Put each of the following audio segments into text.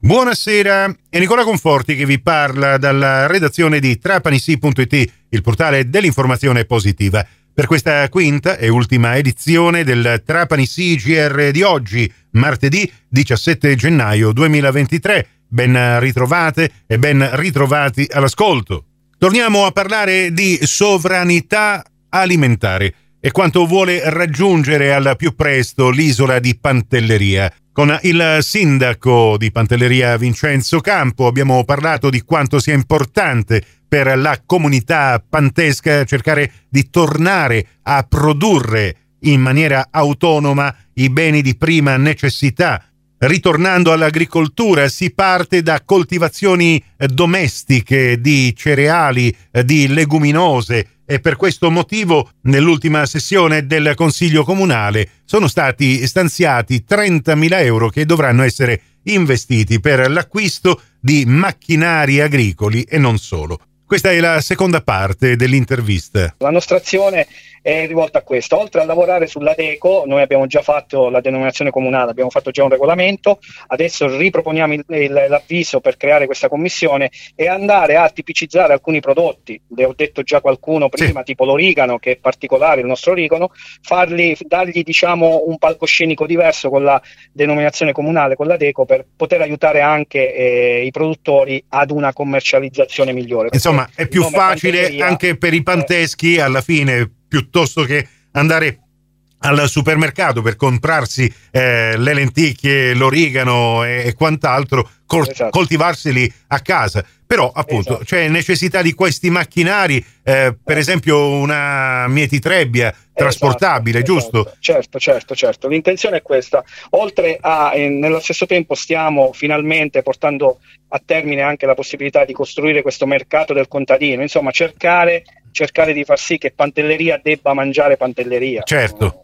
Buonasera, è Nicola Conforti che vi parla dalla redazione di trapanisi.it, il portale dell'informazione positiva. Per questa quinta e ultima edizione del Trapanisi GR di oggi, martedì 17 gennaio 2023. Ben ritrovate e ben ritrovati all'ascolto. Torniamo a parlare di sovranità alimentare e quanto vuole raggiungere al più presto l'isola di Pantelleria. Con il sindaco di Pantelleria Vincenzo Campo abbiamo parlato di quanto sia importante per la comunità pantesca cercare di tornare a produrre in maniera autonoma i beni di prima necessità. Ritornando all'agricoltura, si parte da coltivazioni domestiche di cereali, di leguminose, e per questo motivo nell'ultima sessione del Consiglio Comunale sono stati stanziati 30.000 euro che dovranno essere investiti per l'acquisto di macchinari agricoli e non solo. Questa è la seconda parte dell'intervista. La nostra azione è rivolta a questo. Oltre a lavorare sulla DECO, noi abbiamo già fatto la denominazione comunale, abbiamo fatto già un regolamento, adesso riproponiamo l'avviso per creare questa commissione e andare a tipicizzare alcuni prodotti. Le ho detto già qualcuno prima, sì, tipo l'origano, che è particolare, il nostro origano, dargli un palcoscenico diverso con la denominazione comunale, con la DECO, per poter aiutare anche i produttori ad una commercializzazione migliore. Insomma, è più facile anche per i panteschi alla fine, piuttosto che andare al supermercato per comprarsi le lenticchie, l'origano e quant'altro, esatto, coltivarseli a casa. Però appunto, esatto, c'è necessità di questi macchinari, per esempio una mietitrebbia trasportabile, esatto, giusto? Certo. L'intenzione è questa. Oltre a, nello stesso tempo stiamo finalmente portando a termine anche la possibilità di costruire questo mercato del contadino, insomma cercare di far sì che Pantelleria debba mangiare Pantelleria. Certo.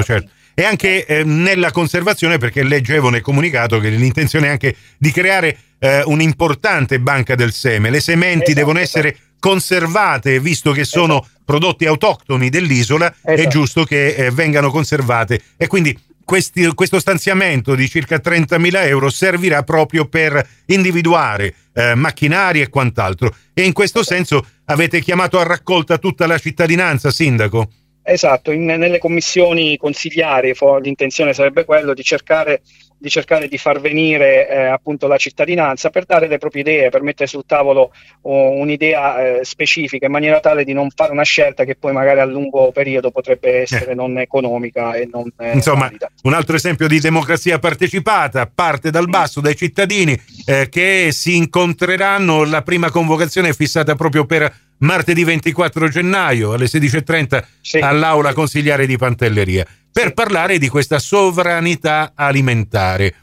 E anche nella conservazione, perché leggevo nel comunicato che l'intenzione è anche di creare un'importante banca del seme. Le sementi devono essere conservate, visto che sono prodotti autoctoni dell'isola, è giusto che vengano conservate. E quindi questo stanziamento di circa 30.000 euro servirà proprio per individuare macchinari e quant'altro. E in questo senso avete chiamato a raccolta tutta la cittadinanza, sindaco? Esatto, nelle commissioni consigliari l'intenzione sarebbe quello di cercare di far venire appunto la cittadinanza per dare le proprie idee, per mettere sul tavolo un'idea specifica, in maniera tale di non fare una scelta che poi magari a lungo periodo potrebbe essere non economica e non insomma valida. Un altro esempio di democrazia partecipata parte dal basso, dai cittadini che si incontreranno. La prima convocazione è fissata proprio per martedì 24 gennaio alle 16:30 all'aula consigliare di Pantelleria per parlare di questa sovranità alimentare.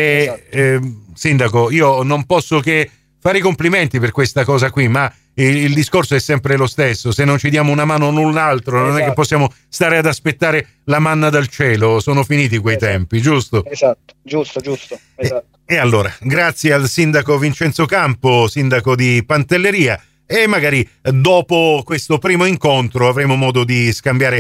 Sindaco, io non posso che fare i complimenti per questa cosa qui, ma il discorso è sempre lo stesso: se non ci diamo una mano l'un l'altro non è che possiamo stare ad aspettare la manna dal cielo, sono finiti quei tempi, giusto? Esatto, giusto. E allora, grazie al sindaco Vincenzo Campo, sindaco di Pantelleria, e magari dopo questo primo incontro avremo modo di scambiare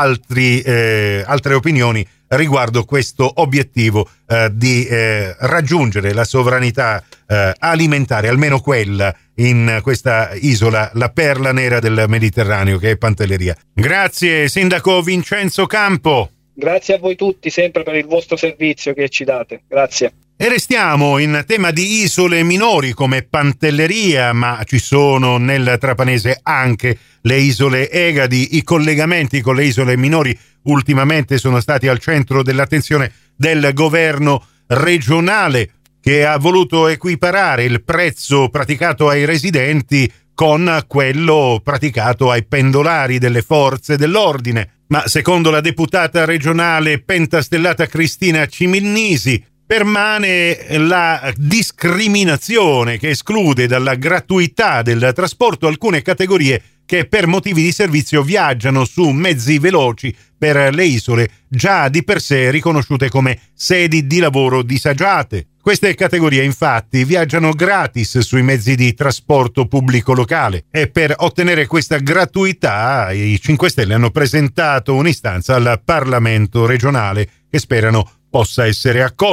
altre opinioni riguardo questo obiettivo di raggiungere la sovranità alimentare, almeno quella in questa isola, la perla nera del Mediterraneo che è Pantelleria. Grazie sindaco Vincenzo Campo. Grazie a voi tutti sempre per il vostro servizio che ci date. Grazie. E restiamo in tema di isole minori come Pantelleria, ma ci sono nel trapanese anche le isole Egadi. I collegamenti con le isole minori ultimamente sono stati al centro dell'attenzione del governo regionale, che ha voluto equiparare il prezzo praticato ai residenti con quello praticato ai pendolari delle forze dell'ordine. Ma secondo la deputata regionale pentastellata Cristina Ciminnisi, permane la discriminazione che esclude dalla gratuità del trasporto alcune categorie che per motivi di servizio viaggiano su mezzi veloci per le isole, già di per sé riconosciute come sedi di lavoro disagiate. Queste categorie infatti viaggiano gratis sui mezzi di trasporto pubblico locale e per ottenere questa gratuità i 5 Stelle hanno presentato un'istanza al Parlamento regionale che sperano possa essere accolta.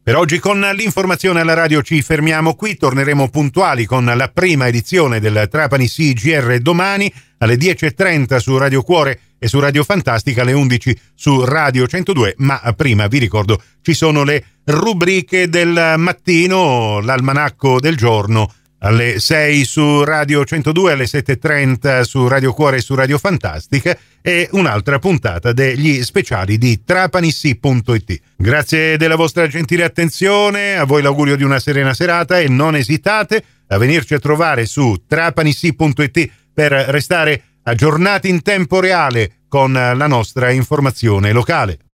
Per oggi con l'informazione alla radio ci fermiamo qui, torneremo puntuali con la prima edizione del Trapani CGR domani alle 10:30 su Radio Cuore e su Radio Fantastica, alle 11 su Radio 102, ma prima vi ricordo ci sono le rubriche del mattino, l'almanacco del giorno alle 6 su Radio 102, alle 7:30 su Radio Cuore e su Radio Fantastica e un'altra puntata degli speciali di trapanissi.it. Grazie della vostra gentile attenzione, a voi l'augurio di una serena serata e non esitate a venirci a trovare su trapanissi.it per restare aggiornati in tempo reale con la nostra informazione locale.